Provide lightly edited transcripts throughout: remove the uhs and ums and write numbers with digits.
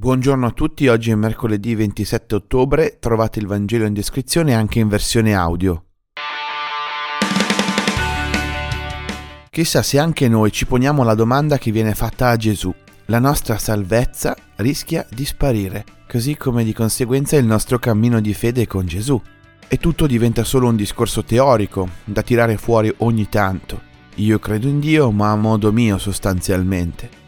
Buongiorno a tutti, oggi è mercoledì 27 ottobre, trovate il Vangelo in descrizione anche in versione audio. Chissà se anche noi ci poniamo la domanda che viene fatta a Gesù. La nostra salvezza rischia di sparire, così come di conseguenza il nostro cammino di fede con Gesù. E tutto diventa solo un discorso teorico, da tirare fuori ogni tanto. Io credo in Dio, ma a modo mio sostanzialmente.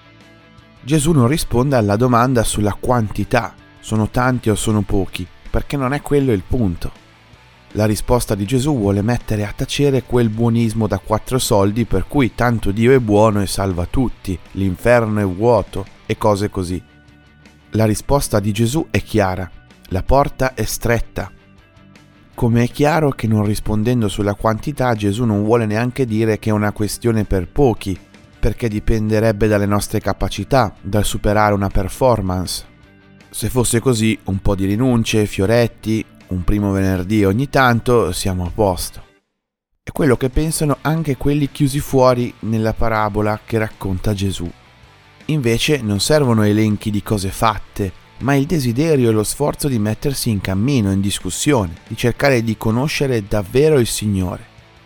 Gesù non risponde alla domanda sulla quantità, sono tanti o sono pochi, perché non è quello il punto. La risposta di Gesù vuole mettere a tacere quel buonismo da 4 soldi per cui tanto Dio è buono e salva tutti, l'inferno è vuoto e cose così. La risposta di Gesù è chiara, la porta è stretta. Come è chiaro che non rispondendo sulla quantità Gesù non vuole neanche dire che è una questione per pochi, perché dipenderebbe dalle nostre capacità, dal superare una performance. Se fosse così, un po' di rinunce, fioretti, un primo venerdì ogni tanto, siamo a posto. È quello che pensano anche quelli chiusi fuori nella parabola che racconta Gesù. Invece non servono elenchi di cose fatte, ma il desiderio e lo sforzo di mettersi in cammino, in discussione, di cercare di conoscere davvero il Signore.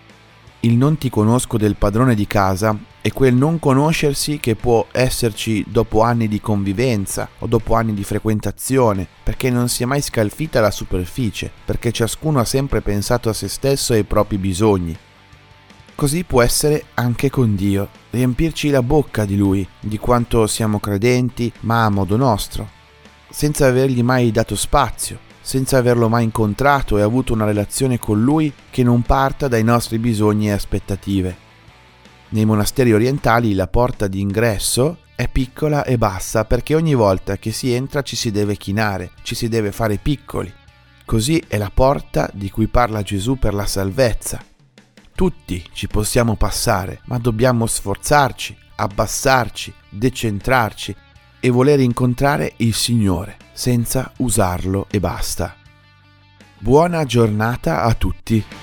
Il non ti conosco del padrone di casa è quel non conoscersi che può esserci dopo anni di convivenza o dopo anni di frequentazione, perché non si è mai scalfita la superficie, perché ciascuno ha sempre pensato a se stesso e ai propri bisogni. Così può essere anche con Dio, riempirci la bocca di Lui, di quanto siamo credenti, ma a modo nostro, senza avergli mai dato spazio, senza averlo mai incontrato e avuto una relazione con Lui che non parta dai nostri bisogni e aspettative. Nei monasteri orientali la porta di ingresso è piccola e bassa perché ogni volta che si entra ci si deve chinare, ci si deve fare piccoli. Così è la porta di cui parla Gesù per la salvezza. Tutti ci possiamo passare, ma dobbiamo sforzarci, abbassarci, decentrarci e voler incontrare il Signore senza usarlo e basta. Buona giornata a tutti!